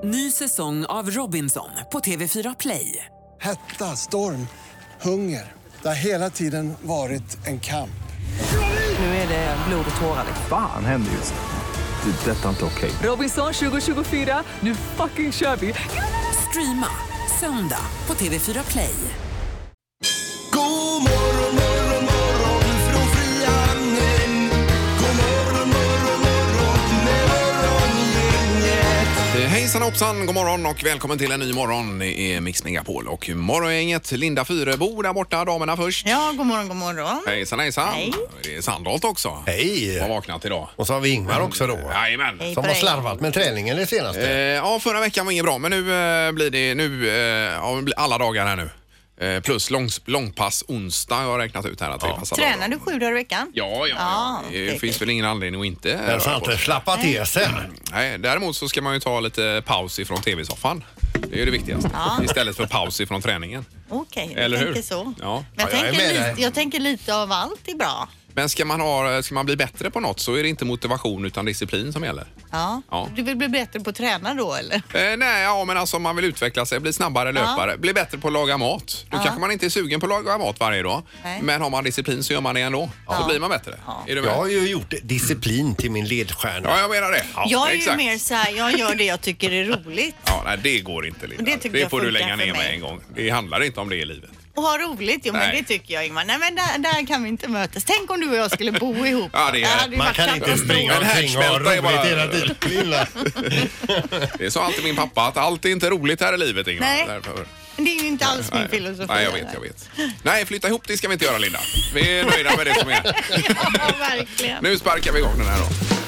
Ny säsong av Robinson på TV4 Play. Hetta, storm, hunger. Det har hela tiden varit en kamp. Nu är det blod och tårar. Fan händer just nu. Det. Detta är inte okej. Robinson 2024, nu fucking kör vi. Streama söndag på TV4 Play. God morgon, morgon, morgon från Frihamnen. God morgon, morgon, morgon med morgongänget. Hejsan hoppsan, god morgon och välkommen till en ny morgon i Mix Megapol. Och morgongänget, Linda Fyrebo där borta, damerna först. Ja, god morgon, god morgon. Hejsan, hejsan. Hej. Det är Sandholt också. Hej! Har vaknat idag. Och så har vi Ingmar också då. Jajamän. Hej. Som har slarvat med träningen det senaste. Ja, förra veckan var inget bra, men nu blir det blir alla dagar här nu. Plus långpass onsdag har jag räknat ut här att vi passar. Tränar du 7 dagar i veckan? Ja. Det finns väl ingen anledning att inte. Den ska inte slappa till sig. Nej, däremot så ska man ju ta lite paus ifrån tv-soffan. Det är ju det viktigaste. Ja. Istället för paus ifrån träningen. Okej, Eller jag hur? tänker så. Ja. Men Ja, jag är med dig. jag tänker lite av allt är bra. Men ska man bli bättre på något så är det inte motivation utan disciplin som gäller. Ja. Ja. Du vill bli bättre på att träna då, eller? Men alltså om man vill utveckla sig, bli snabbare löpare, bli bättre på att laga mat. Då kanske man inte är sugen på att laga mat varje dag. Nej. Men har man disciplin så gör man det ändå. Så blir man bättre. Är du med? Jag har ju gjort disciplin till min ledstjärna. Ja, jag menar det. Ja, Jag är ju exakt. mer så här, jag gör det jag tycker är roligt. Ja, nej, det går inte, Linda. Det tycker jag får du funkar lägga för ner mig. med en gång. Det handlar inte om det i livet. Och ha roligt, jo men Nej. det tycker jag, Ingmar. Nej men där kan vi inte mötas. Tänk om du och jag skulle bo ihop. Ja, det är- hade ju Man varit kan inte katastrof. springa Men omkring och ha härdsmälta är bara- roligt hela tiden. Lilla. Det sa alltid min pappa att allt är inte roligt här i livet, Ingmar. Nej. Därför. Men det är ju inte alls min filosofi. Nej, jag vet. Nej, flytta ihop det ska vi inte göra, Linda. Vi är nöjda med det som är. Ja, verkligen. Nu sparkar vi igång den här då.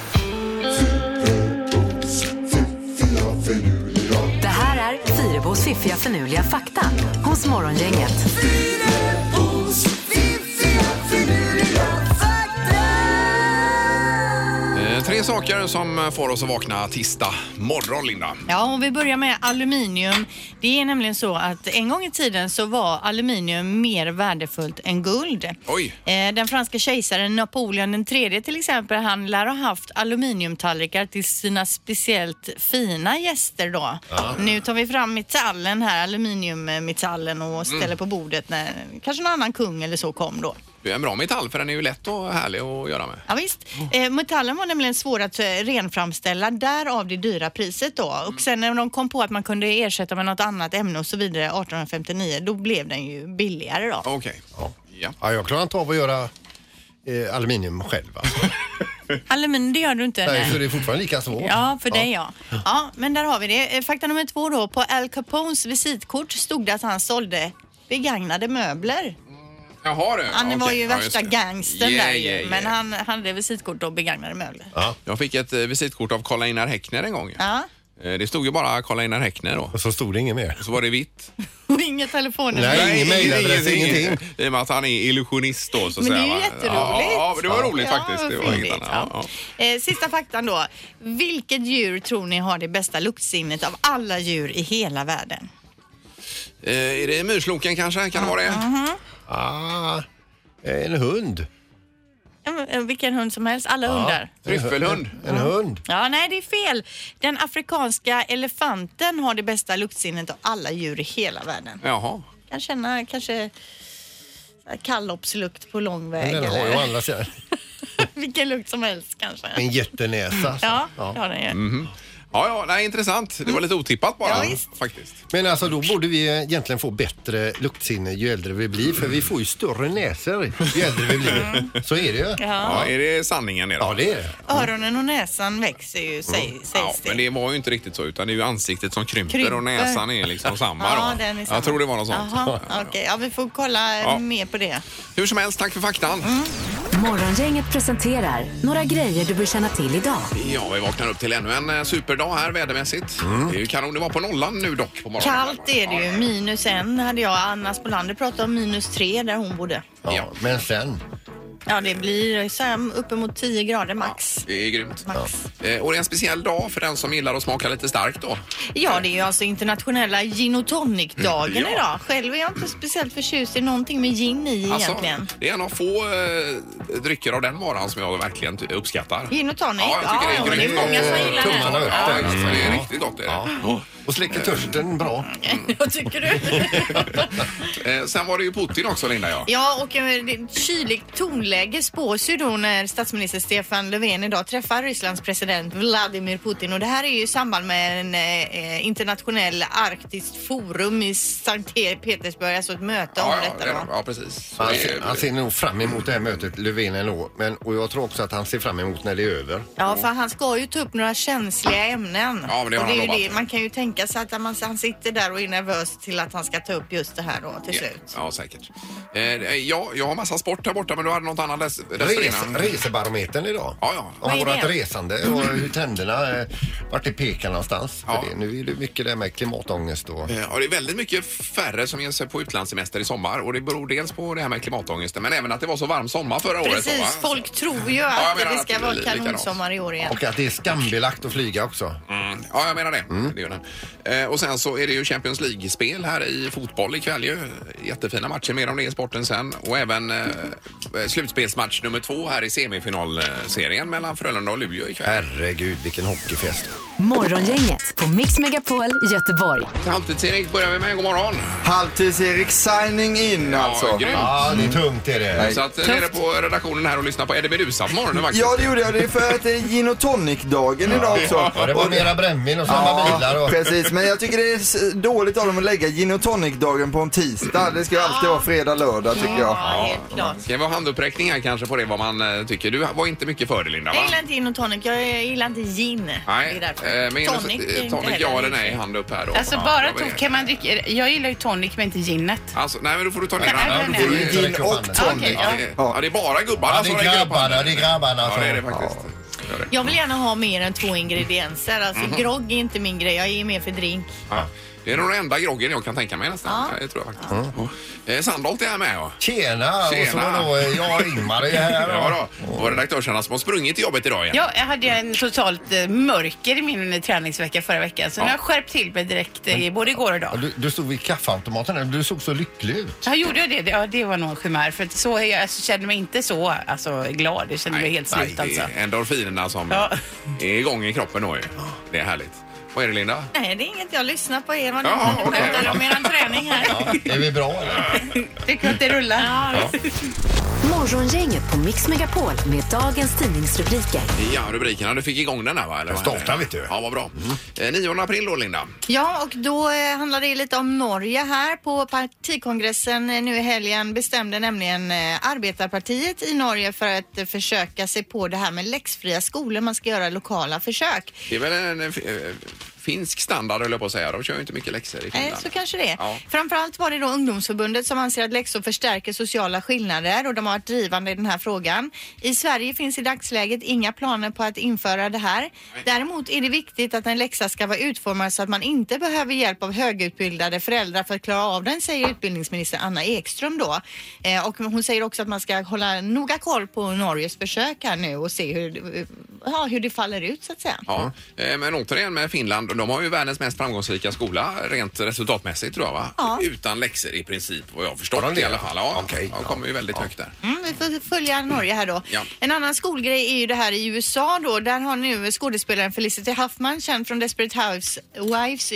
Det här är Fyrebos fiffiga förnuliga fakta hos Morgongänget. Fyrebos fiffiga finurliga fakta. 3 saker som får oss att vakna tisdag morgon, Linda. Ja, och vi börjar med aluminium. Det är nämligen så att en gång i tiden så var aluminium mer värdefullt än guld. Oj. Den franska kejsaren Napoleon den tredje till exempel, han lär ha haft aluminiumtallrikar till sina speciellt fina gäster då. Nu tar vi fram metallen här, aluminiummetallen och ställer på bordet när kanske någon annan kung eller så kom då. Det är en bra metall för den är ju lätt och härlig att göra med. Ja visst. Metallen var nämligen svår att renframställa, därav det dyra priset då. Och sen när de kom på att man kunde ersätta med något annat ämne och så vidare 1859, då blev den ju billigare då. Okej. Ja. Ja, jag klarar inte av att göra aluminium själv. Alltså. Aluminium, det gör du inte. Nej, så det är fortfarande lika svårt. Ja, för dig ja. Ja, men där har vi det. Fakta nummer 2 då. På Al Capones visitkort stod det att han sålde begagnade möbler. Jaha, det. Han var Okej. ju Ja, värsta just det. gangstern Yeah, där ju. yeah, yeah. Men han hade visitkort och begagnade möbler. Jag fick ett visitkort av Karl-Einar Häckner en gång. Ja. Det stod ju bara Karl-Einar Häckner då. Och så stod det inget mer. Så var det vitt. Och inga telefoner. Nej, ingen mejladress, ingenting. I och med att han är illusionist då, så att Men det säga. är ju va? jätteroligt. Ja, det var roligt faktiskt. vad Det var fyndigt, inget annat. Ja. Sista faktan då. Vilket djur tror ni har det bästa luktsinnet av alla djur i hela världen? Är det myrsloken kanske? Kan det vara det? En hund. Vilken hund som helst, alla hundar. Tryffelhund. En hund. Ja, nej det är fel. Den afrikanska elefanten har det bästa luktsinnet av alla djur i hela världen. Jaha. Kan känna kanske kallopslukt på lång väg. Men den har ju å andra sidan Vilken lukt som helst kanske. en jättenäsa. Alltså. Ja, ja. Den är. Ja, nej, intressant. Det var lite otippat bara, Ja, visst. faktiskt. Men alltså då borde vi egentligen få bättre luktsinne ju äldre vi blir. För vi får ju större näsor ju äldre vi blir. Så är det ju. Ja, är det sanningen det då? Ja, det är det. Öronen och näsan växer ju, sägs Ja, det. men det var ju inte riktigt så, utan det är ju ansiktet som krymper Krymper. och näsan är liksom samma Ja, då. den är samma. Jag tror det var något sånt. Jaha, okej. Ja, vi får kolla Ja. mer på det. Hur som helst, tack för faktan. Morgongänget presenterar några grejer du bör känna till idag. Ja, vi vaknar upp till ännu en superdag här vädermässigt. Det är ju kanon. Det var på nollan nu dock på morgonen. Kallt är det ju. -1 hade jag. Anna Spolander pratade om -3 där hon bodde. Ja, men sen. Ja, det blir så här uppemot 10 grader max. Ja, det är grymt. Max. Och det är en speciell dag för den som gillar att smaka lite starkt då. Ja, det är ju alltså internationella gin och tonic-dagen Ja. idag. Själv är jag inte speciellt förtjust i någonting med gin i egentligen. Det är en av få drycker av den varan som jag verkligen uppskattar. Gin och tonic? Ja, jag tycker det är det är många som gillar tummarna det. upp. Ja, det är riktigt gott. Och släcker törsten bra. Vad tycker du? Sen var det ju Putin också, Linda. Ja, och ett kyligt tonläge spås ju då när statsminister Stefan Löfven idag träffar Rysslands president Vladimir Putin. Och det här är ju i samband med en internationell arktiskt forum i Sankt Petersburg, alltså ett möte om detta då. Ja, precis. Han ser nog fram emot det här mötet, Löfven ändå. Och jag tror också att han ser fram emot när det är över. Ja, för han ska ju ta upp några känsliga ämnen. Ja, men det har och det han är ju lovat. man kan ju tänka sig att han sitter där och är nervös till att han ska ta upp just det här då till slut. Ja, säkert. Jag har massa sport här borta, men du hade något annat dessförinnan. Resebarometern idag. Ja. Om Vad är vårat det? resande och hur trenderna, vart det pekar någonstans. Ja. För det. Nu är det mycket det med klimatångest och... Ja, det är väldigt mycket färre som ger sig på utlandssemester i sommar och det beror dels på det här med klimatångesten men även att det var så varm sommar förra året. Precis, Då, va? folk tror ju jag att menar det att ska det vara blir likadant. kanonsommar i år igen. Och att det är skambelagt att flyga också. Ja, jag menar det. Det gör den. Och sen så är det ju Champions League-spel här i fotboll ikväll ju. Jättefina matcher, mer om det i sporten sen. Och även slutspelsmatch nummer 2 här i semifinalserien mellan Frölunda och Luleå ikväll. Herregud, vilken hockeyfest. Morgongänget på Mix Megapol Göteborg. Halvtids-Erik börjar vi med. God morgon. Halvtids-Erik signing in alltså. Grymt. Ja, det är tungt är det. Så att nere på redaktionen här och lyssna på Eddie Meduza på morgonen faktiskt. Ja, det gjorde jag. Det är för att det är gin och tonic-dagen idag också. Ja, det var mera brännvin och samma bilar. Och... precis. Men jag tycker det är dåligt av dem att lägga gin och tonic-dagen på en tisdag. Det ska ju alltid vara fredag, lördag tycker jag. Ja, helt klart. Ska vi ha handuppräckning här kanske på det vad man tycker? Du var inte mycket för det, Linda, va? Jag gillar inte gin och tonic, jag gillar inte gin. Nej, Det är därför. men tonic ja eller nej, hand upp här då. Alltså bara kan man dricka, jag gillar ju tonic men inte ginet. Alltså, nej men då får du ta ner Nej, den. nej, får nej. du Gin räcka upp och handen. tonic. Okej, Ja, det är bara gubbarna Ja, det som är räcker upp grabbarna, handen. det är grabbarna. Ja, som- det är det faktiskt. Gör det. Jag vill gärna ha mer än 2 ingredienser. Alltså grogg är inte min grej, jag är mer för drink. Ja. Det är nog den enda groggen jag kan tänka mig nästan. Ja. Det tror jag faktiskt. Sandholt är här med. Ja. Tjena, och så Tjena. då, jag Ingmar är här. Ja då. Och redaktörsarna som har sprungit till jobbet idag igen. Ja, jag hade en totalt mörker i min träningsvecka förra veckan så nu har jag skärpt till mig direkt både igår och idag. Du stod vid kaffeautomaten och du såg så lycklig ut. Jag gjorde det, ja, det var nog en chimär för att så jag kände mig inte så glad, jag kände mig helt slut alltså. Det är endorfinerna som är igång i kroppen då ju. Det är härligt. Vad är det, Linda? Nej, det är inget jag lyssnar på er. Vad ni Ja, okej. pratar om er träning här. Ja, är vi bra eller? Tycker att det rullar? Ja. Morgongänget på Mix Megapol med dagens tidningsrubriker. Ja, rubrikerna. Du fick igång den här, va? Eller vad Startar, är det? vet du. Ja, vad bra. 9 april då, Linda. Ja, och då handlar det lite om Norge här. På partikongressen nu i helgen bestämde nämligen Arbetarpartiet i Norge för att försöka sig på det här med läxfria skolor. Man ska göra lokala försök. Det är väl en finsk standard, höll jag på att säga. De kör ju inte mycket läxor i Finland. Så kanske det är. Ja. Framförallt var det då ungdomsförbundet som anser att läxor förstärker sociala skillnader och de har varit drivande i den här frågan. I Sverige finns i dagsläget inga planer på att införa det här. Däremot är det viktigt att en läxa ska vara utformad så att man inte behöver hjälp av högutbildade föräldrar för att klara av den, säger utbildningsminister Anna Ekström då. Och hon säger också att man ska hålla noga koll på Norges försök här nu och se hur det faller ut så att säga. Ja, men återigen med Finland, de har ju världens mest framgångsrika skola rent resultatmässigt tror jag, va? Ja. Utan läxor i princip, vad jag har förstått Har de det? i alla fall. Ja, Okej. de kommer ju väldigt högt där. Vi får följa Norge här då. Ja. En annan skolgrej är ju det här i USA då. Där har nu skådespelaren Felicity Huffman, känd från Desperate Housewives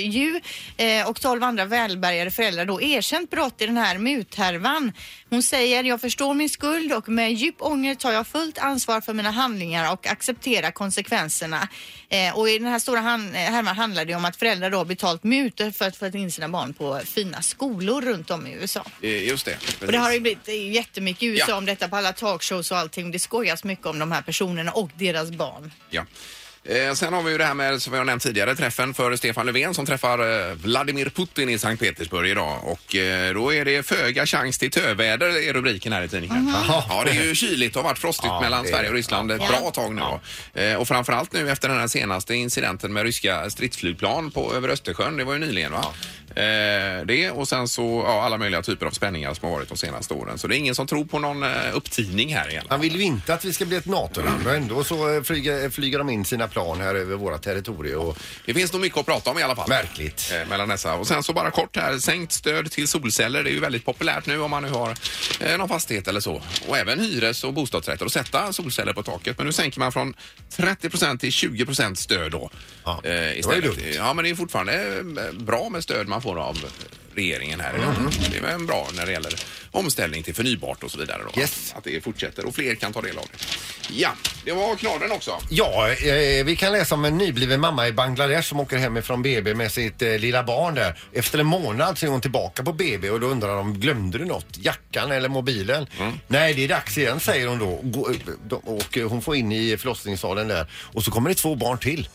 och 12 andra välbärgade föräldrar då erkänt brott i den här muthärvan. Hon säger, jag förstår min skuld och med djup ånger tar jag fullt ansvar för mina handlingar och accepterar konsekvenserna. Och i den här stora härvan handlar det om att föräldrar då har betalt mutor för att få in sina barn på fina skolor runt om i USA. Just det. Precis. Och det har ju blivit jättemycket i USA Ja. om detta på alla talkshows och allting. Det skojas mycket om de här personerna och deras barn. Ja. Sen har vi ju det här med, som vi har nämnt tidigare, träffen för Stefan Löfven som träffar Vladimir Putin i Sankt Petersburg idag. Och då är det föga chans till töväder är rubriken här i tidningen. Ja, det är ju kyligt och har varit frostigt mellan Sverige och Ryssland ett bra tag nu då. Och framförallt nu efter den här senaste incidenten med ryska stridsflygplan över Östersjön, det var ju nyligen va? Det och sen så alla möjliga typer av spänningar som har varit de senaste åren. Så det är ingen som tror på någon upptidning här igen. Han vill ju inte att vi ska bli ett NATO-land och ändå så flyger de in sina plan här över våra territorier. Och... Det finns nog mycket att prata om i alla fall. Märkligt. Mellan dessa. Och sen så bara kort här, sänkt stöd till solceller. Det är ju väldigt populärt nu om man nu har någon fastighet eller så. Och även hyres- och bostadsrätter och sätta solceller på taket. Men nu sänker man från 30% till 20% stöd då. Ja, istället. Ja, men det är fortfarande bra med stöd man får av regeringen här idag. Det är bra när det gäller omställning till förnybart och så vidare då. Yes. Att det fortsätter och fler kan ta del av det. Ja, det var knorren också. Ja, vi kan läsa om en nybliven mamma i Bangladesh som åker hemifrån BB med sitt lilla barn där. Efter en månad så är hon tillbaka på BB och då undrar de, glömde du något? Jackan eller mobilen? Nej, det är dags igen, säger hon då. Och hon får in i förlossningssalen där. Och så kommer det 2 barn till.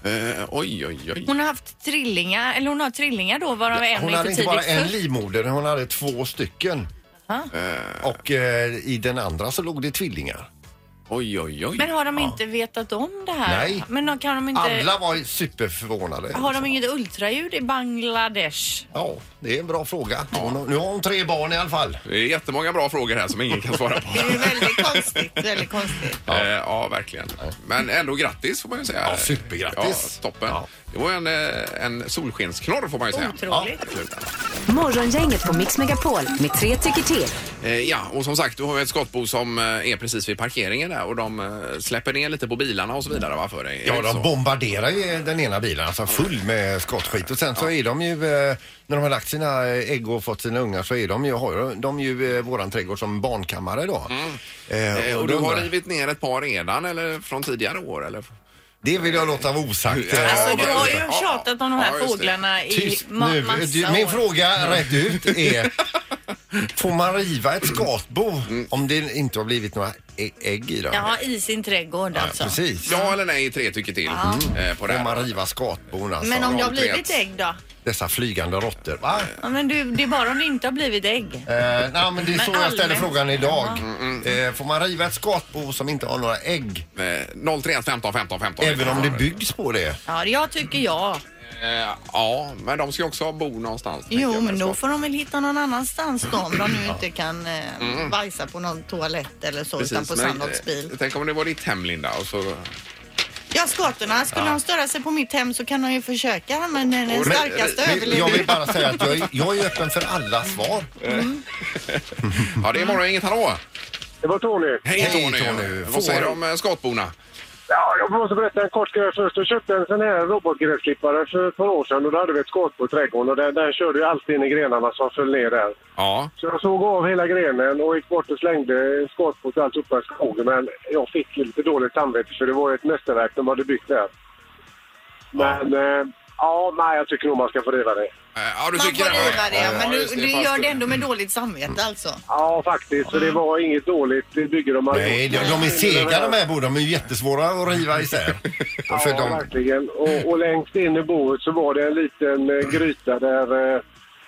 Oj. Hon har haft trillingar, eller hon har trillingar då, varav en hon är hade för inte tidigt bara en född. livmoder, hon hade 2 stycken. Och i den andra så låg det tvillingar. Oj. Men har de inte vetat om det här? Nej. Men kan de inte... Alla var superförvånade. Har de inget ultraljud i Bangladesh? Ja, det är en bra fråga. Nu har hon 3 barn i alla fall. Det är jättemånga bra frågor här som ingen kan svara på. Det är väldigt konstigt. Ja, verkligen. Men ändå grattis får man ju säga. Ja, supergrattis. Ja, toppen. Ja. Det var en solskensknorr får man ju säga. Otroligt. Morgongänget på Mix Megapol med 3 tycker till. Ja, och som sagt, du har ju ett skottbo som är precis vid parkeringen där och de släpper ner lite på bilarna och så vidare, va, för dig? Ja, de bombarderar ju den ena bilen, alltså full med skottskit. Och sen så är de ju, när de har lagt sina ägg och fått sina ungar så är de ju våran trädgård som barnkammare då. Och du har rivit ner ett par redan eller från tidigare år eller? Det vill jag låta vara osagt. Alltså du har ju tjatat om de här fåglarna i massa Min år. fråga rätt ut är, får man riva ett skatbo om det inte har blivit några ägg i dem? Ja, i sin trädgård alltså. Precis. Ja eller nej, 3 tycker till. På det Får här. man riva skatbon alltså? Men om det har blivit ägg då? Dessa flygande råttor, va? Ja, men det är bara om det inte har blivit ägg. Nej, men det är så jag ställer allmänt. frågan idag. Får man riva ett skatbo som inte har några ägg? 031 15 15 15. Även om det byggs på det? Ja, jag tycker ja. Ja, men de ska också bo någonstans. Jo, men då får de väl hitta någon annanstans då, om de nu inte kan bajsa på någon toalett eller så, utan på Sandholts bil. Tänk om det var ditt hem, Linda, och så... Ja, skottorna. Skulle de störa sig på mitt hem så kan de ju försöka använda den starkaste överlevnaden. Jag vill bara säga att jag är öppen för alla svar. Ja, det är morgon, inget hallå. Det var Tony. Hej Tony. Vad säger du om skatborna? Ja, jag måste berätta en kort grej först. Jag köpte en sån här robotgräsklippare för ett par år sedan och då hade vi ett skott på trädgården och den körde ju alltid in i grenarna som föll ner där. Ja. Så jag såg av hela grenen och gick bort och slängde skott på allt uppe i skogen, men jag fick lite dåligt samvete för det var ett mästerverk de hade byggt där. Men nej, jag tycker nog man ska få riva det. Ja, du Man tycker får riva det, men just du gör det ändå med dåligt samvete alltså. Ja, faktiskt. Så det var inget dåligt. Det bygger de. Nej, de är sega de här borden. De är ju jättesvåra att riva isär. Ja, verkligen. Och längst in i boet så var det en liten gryta där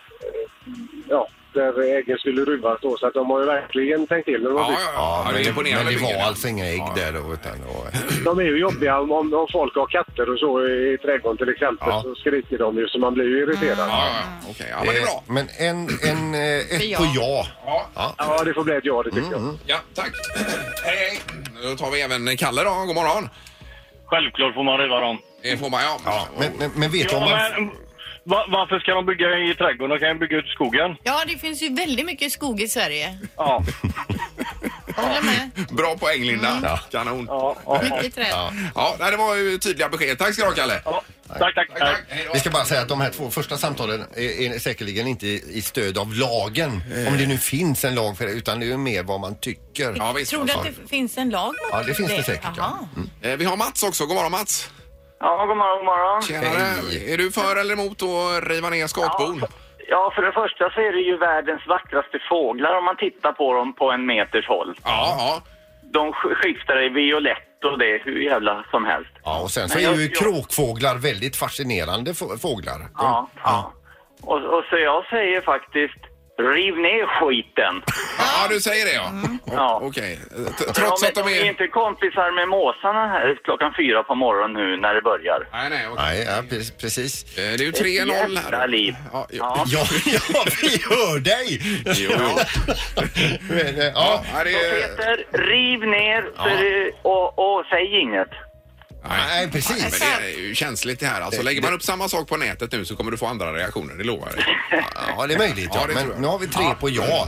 där äggen skulle ruvas då. Så att de har ju verkligen tänkt till. Men det var alltså inga ägg där då. De är ju jobbiga om folk har katter och så i trädgården till exempel. Så skriker de ju så man blir ju irriterad. Okej, ja, men det är bra. Men ett på ja. Ja, det får bli ett ja, det tycker jag. Ja, tack. Hej. Då tar vi även Kalle då. God morgon. Självklart får man riva dem. Det får man, ja. Men vet du om man... Varför ska de bygga i trädgården? De kan ju bygga ut i skogen. Ja, det finns ju väldigt mycket skog i Sverige. Ja. Jag håller med. Bra poäng, Linda. Kanon. Mycket träd. Ja, det var ju tydliga besked. Tack ska du ha, Kalle. Tack. Vi ska bara säga att de här 2 första samtalen är säkerligen inte i stöd av lagen. Om det nu finns en lag för det, utan det är mer vad man tycker. Ja, visst. Tror du att det finns en lag mot det? Ja, det finns det säkert. Vi har Mats också. God morgon, Mats. Ja, god morgon. Tjenare. Är du för eller emot att riva ner skatbon? Ja, för det första så är det ju världens vackraste fåglar om man tittar på dem på en meters håll. Ja. De skiftar i violett och det är hur jävla som helst. Ja, och sen så är ju kråkfåglar väldigt fascinerande fåglar. Ja. Och så jag säger faktiskt, Riv ner skiten. Ja, du säger det, ja. Ja. Okej. Trots att de är inte kompisar med måsarna här klockan 4 på morgonen nu när det börjar. Nej, okej. Nej, precis. Det är ju 3-0 här. Liv. Ja, vi hör dig! Jo. Men, Peter, riv ner och säg inget. Nej, precis. Men det är ju känsligt det här. Alltså, lägger man upp samma sak på nätet nu så kommer du få andra reaktioner, det lovar jag. Ja, det är möjligt. Ja, det men tror jag. nu har vi 3 på ja.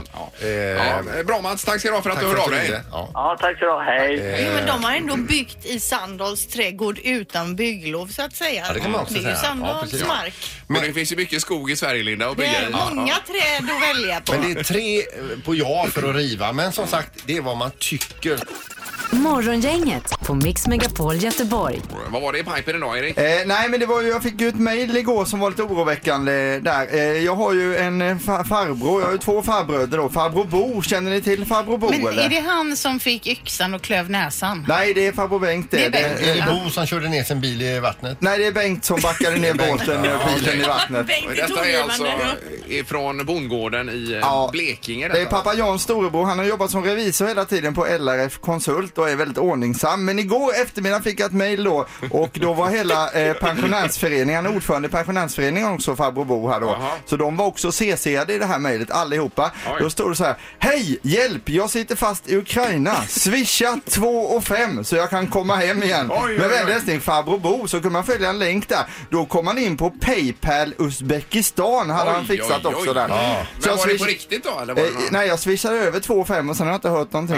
Bra Mats, tack ska du ha för att du hör av dig. Ja, tack så du ha. Hej. Jo, men de har ändå byggt i Sandals trädgård utan bygglov så att säga. Ja, det kan man också det är ju säga. Sandals mark. Men det finns ju mycket skog i Sverige, Linda, att Det bygga är i. många träd att välja på. Men det är 3 på ja för att riva. Men som sagt, det är vad man tycker. Morgongänget på Mix Megapol Göteborg. Vad var det i pipen idag, Erik? Nej, men det var ju, jag fick ju ett mejl igår som var lite oroväckande där. Jag har ju en farbror, jag har ju 2 farbröder då. Farbror Bo, känner ni till farbror Bo Men eller? är det han som fick yxan och klöv näsan? Nej, det är farbror Bengt det. Är det Bo som körde ner sin bil i vattnet? Nej, det är Bengt som backade ner båten med bilen i vattnet. Detta är alltså ifrån bondgården i Blekinge. Det är pappa Jans storebror, han har jobbat som revisor hela tiden på LRF Konsult och är väldigt ordningsam. Men igår eftermiddag fick jag ett mejl då och då var hela pensionärsföreningen, ordförande i pensionärsföreningen också farbror Bo här då. Aha. Så de var också CC:ade i det här mejlet allihopa. Då står det så här: hej, hjälp, jag sitter fast i Ukraina. Swisha 2 och 5 så jag kan komma hem igen. Med vänlig farbror Bo, så kan man följa en länk där. Då kommer man in på PayPal Uzbekistan hade han fixat också där. Ja. Så Men var det på riktigt då? Eller var det nej, jag swishade över 2 och 5 och sen har jag inte hört någonting.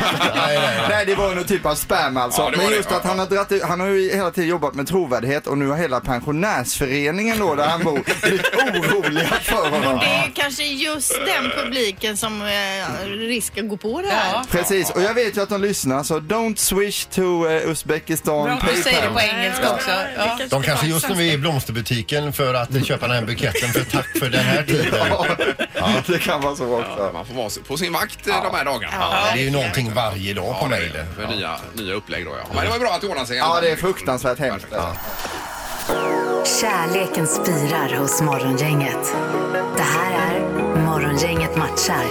Nej, det var nog typ av spam alltså. Ja, men just att han har ju hela tiden jobbat med trovärdighet och nu har hela pensionärsföreningen då där han bor blivit oroliga för honom. Det är kanske just den publiken som risken går på det här. Ja. Precis, och jag vet ju att de lyssnar så don't swish to Uzbekistan Bra, PayPal. du säger det på engelska också. Ja. De kanske just nu är i blomsterbutiken för att köpa den här buketten för tack för den här tiden. Ja, det kan vara så också. Man får vara på sin vakt de här dagarna. Ja, det är ju någonting varje dag på mejlen. För nya upplägg då, ja. Men det var bra att det ordnade sig. Ja, det är fruktansvärt hemskt. Kärleken spirar hos Morgongänget. Det här är Morgongänget matchar.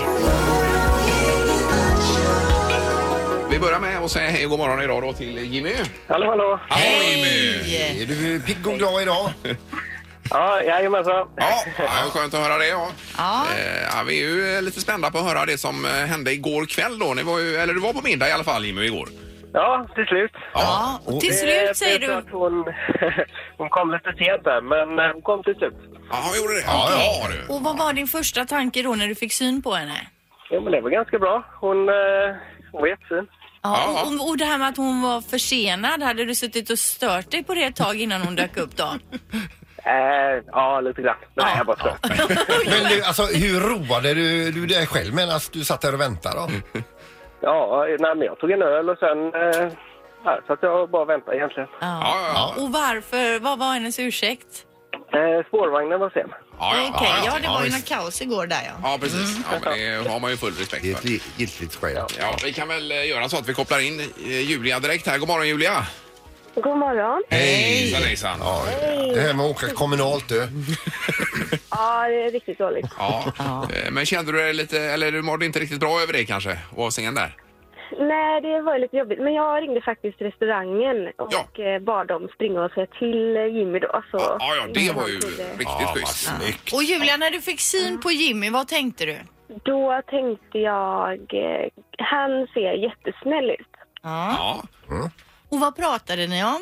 Vi börjar med att säga hej och god morgon idag då till Jimmy. Hallå. Hej Jimmy! Är du pigg och glad idag? Ja, jajamensan. Ja, skönt att höra det. Ja. Vi är ju lite spända på att höra det som hände igår kväll då. Ni var ju, eller du var på middag i alla fall Jimmy igår. Ja, till slut. Ja, och till slut säger du. Att hon kom lite sent där, men hon kom till slut. Ja, hon gjorde det. Ja, du. Och vad var din första tanke då när du fick syn på henne? Ja, men det var ganska bra. Hon var jättefin. Ja, och det här med att hon var försenad, hade du suttit och stört dig på det ett tag innan hon dök upp då? Ja, lite grann. Men jag bara stört. Men du, alltså, hur roade du dig själv medan du satt där och väntade då? Ja, nej, men jag tog en öl och sen så att jag bara väntade egentligen. Ja. Och varför? Vad var hennes ursäkt? Spårvagnen var sen. Okej, det var ju någon kaos igår där Ja, precis. Ja, men det har man ju full respekt för. Det är ett giltigt skäl. Ja, vi kan väl göra så att vi kopplar in Julia direkt här. God morgon Julia! God morgon. Hej! Hejsan! Ja, det här med att åka kommunalt du. Ja, det är riktigt dåligt. Ja. Men kände du dig lite, eller du mådde inte riktigt bra över det kanske? Och vara sen där? Nej, det var lite jobbigt. Men jag ringde faktiskt restaurangen och bad dem springa och säga till Jimmy då. Så ja, det var ju riktigt schysst. Och Julia, när du fick syn på Jimmy, vad tänkte du? Då tänkte jag, han ser jättesnäll ut. Ja. Och vad pratade ni om?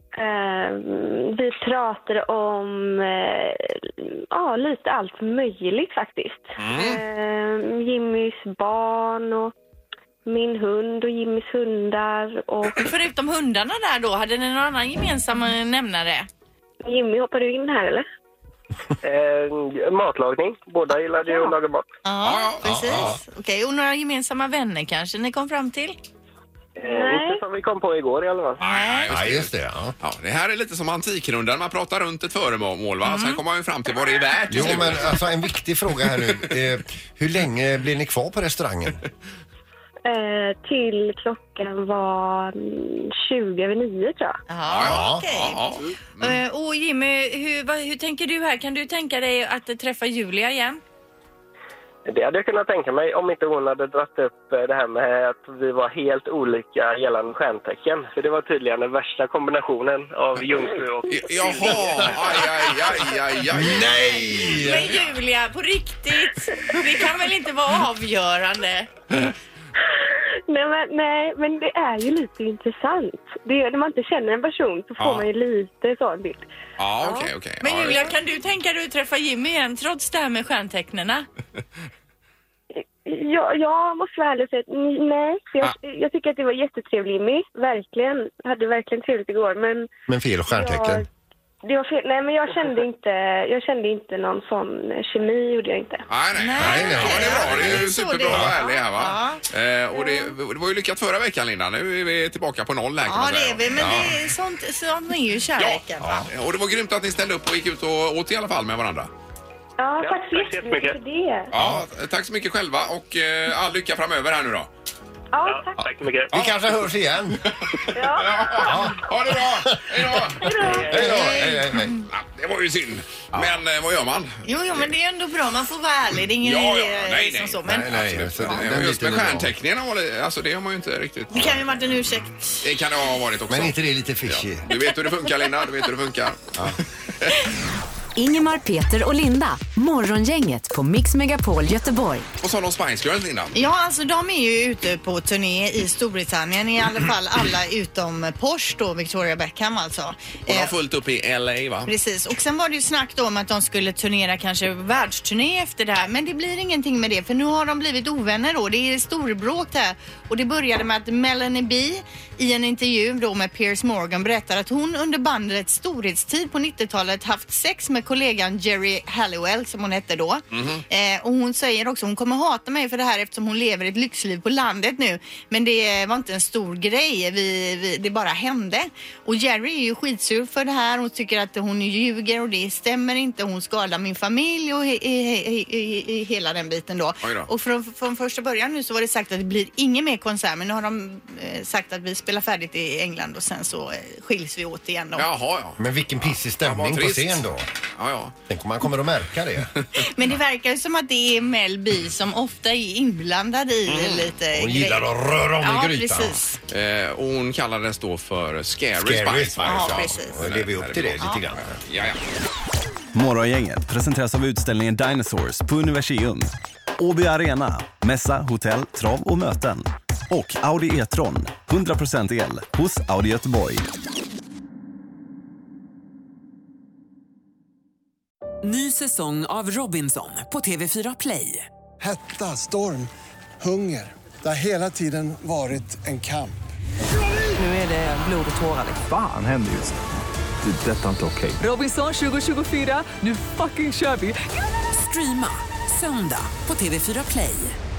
Vi pratade om lite allt möjligt faktiskt. Jimmys barn och min hund och Jimmys hundar. Och förutom hundarna där då, hade ni någon annan gemensam nämnare? Jimmy, hoppar du in här eller? Matlagning. Båda gillade ju att laga mat. Ja, precis. Okej, och några gemensamma vänner kanske ni kom fram till? Inte som vi kom på igår i alla fall. Nej, just det. Ja, det här är lite som antikrundan. Man pratar runt ett föremål, va? Sen kommer man ju fram till vad det är värt. Jo, men alltså en viktig fråga här nu. Hur länge blir ni kvar på restaurangen? Till klockan var 20:09 tror jag. Ja, okej. Och Jimmy, hur tänker du här? Kan du tänka dig att träffa Julia igen? Det hade jag kunnat tänka mig om inte hon hade dratt upp det här med att vi var helt olika gällande stjärntecken. För det var tydligen den värsta kombinationen av jungfru och... Jaha, aj. Nej! Men Julia, på riktigt, det kan väl inte vara avgörande? Nej, men det är ju lite intressant. När man inte känner en person så får man ju lite sån bild. Ja, okej. Men Julia, kan du tänka dig att träffa Jimmy igen trots det här med stjärntecknena? Jag måste vara ärlig och säga att nej. Jag tycker att det var jättetrevligt, Jimmy. Verkligen. Jag hade verkligen trevligt igår, men fel stjärntecken. Det var fel. Nej, men jag kände inte någon sån kemi, gjorde jag inte. Nej. Ja, det är bra. Det är ju superbra att vara ärlig här, va? Och det var ju lyckat förra veckan, Linda. Nu är vi tillbaka på noll här, kan man säga. Ja, det är vi. Men det är sånt är ju kärleken, va? Och det var grymt att ni ställde upp och gick ut och åt i alla fall med varandra. Ja, tack så jättemycket för det. Ja, tack så mycket själva och all lycka framöver här nu då. Ja, tack så mycket. Vi kanske hörs igen. Ja. Ha det bra. Hej då. Hej. Ja, det var ju synd. Men vad gör man? Jo, men det är ändå bra. Man får vara ärlig. Det är ingen nej. Så. Men Nej, just med stjärnteckningarna alltså det har man ju inte riktigt. det kan ju varit en ursäkt. Det kan det ha varit också. Men inte det lite fishy? Du vet hur det funkar, Linda. Du vet hur det funkar. Ja. Ingemar, Peter och Linda. Morgongänget på Mix Megapol Göteborg. Och så har de Spice Girls, Linda. Ja, alltså de är ju ute på turné i Storbritannien. I alla fall alla utom Porsche då, Victoria Beckham alltså. Och de har fullt upp i LA, va? Precis. Och sen var det ju snack då om att de skulle turnera kanske världsturné efter det här. Men det blir ingenting med det. För nu har de blivit ovänner då. Det är storbråk där. Och det började med att Melanie B i en intervju då med Piers Morgan berättar att hon under bandets storhetstid på 90-talet haft sex med kollegan Jerry Halliwell som hon hette då. Och hon säger också hon kommer hata mig för det här eftersom hon lever ett lyxliv på landet nu. Men det var inte en stor grej. Det bara hände. Och Jerry är ju skitsur för det här. Hon tycker att hon ljuger och det stämmer inte. Hon skadar min familj och hela den biten då. Och från första början nu så var det sagt att det blir ingen mer konsert. Men nu har de sagt att vi spelar färdigt i England och sen så skiljs vi åt igen då. Jaha. Men vilken pissig stämning på scen då. Ja. Tänk om man kommer att märka det. Men det verkar ju som att det är Mel B som ofta är inblandad i lite hon gillar att röra om i grytan. Precis. Och hon kallades då för Scary Spice. Ja, precis. Och lever upp till det lite grann. Ja. Morgongänget presenteras av utställningen Dinosaurs på Universium. Åby Arena, mässa, hotell, trav och möten. Och Audi E-tron, 100% el hos Audi Göteborg. Ny säsong av Robinson på TV4 Play. Hetta, storm, hunger. Det har hela tiden varit en kamp. Nu är det blod och tårar. Fan händer just det. Det är detta inte okej. Robinson 2024, nu fucking kör vi. Streama söndag på TV4 Play.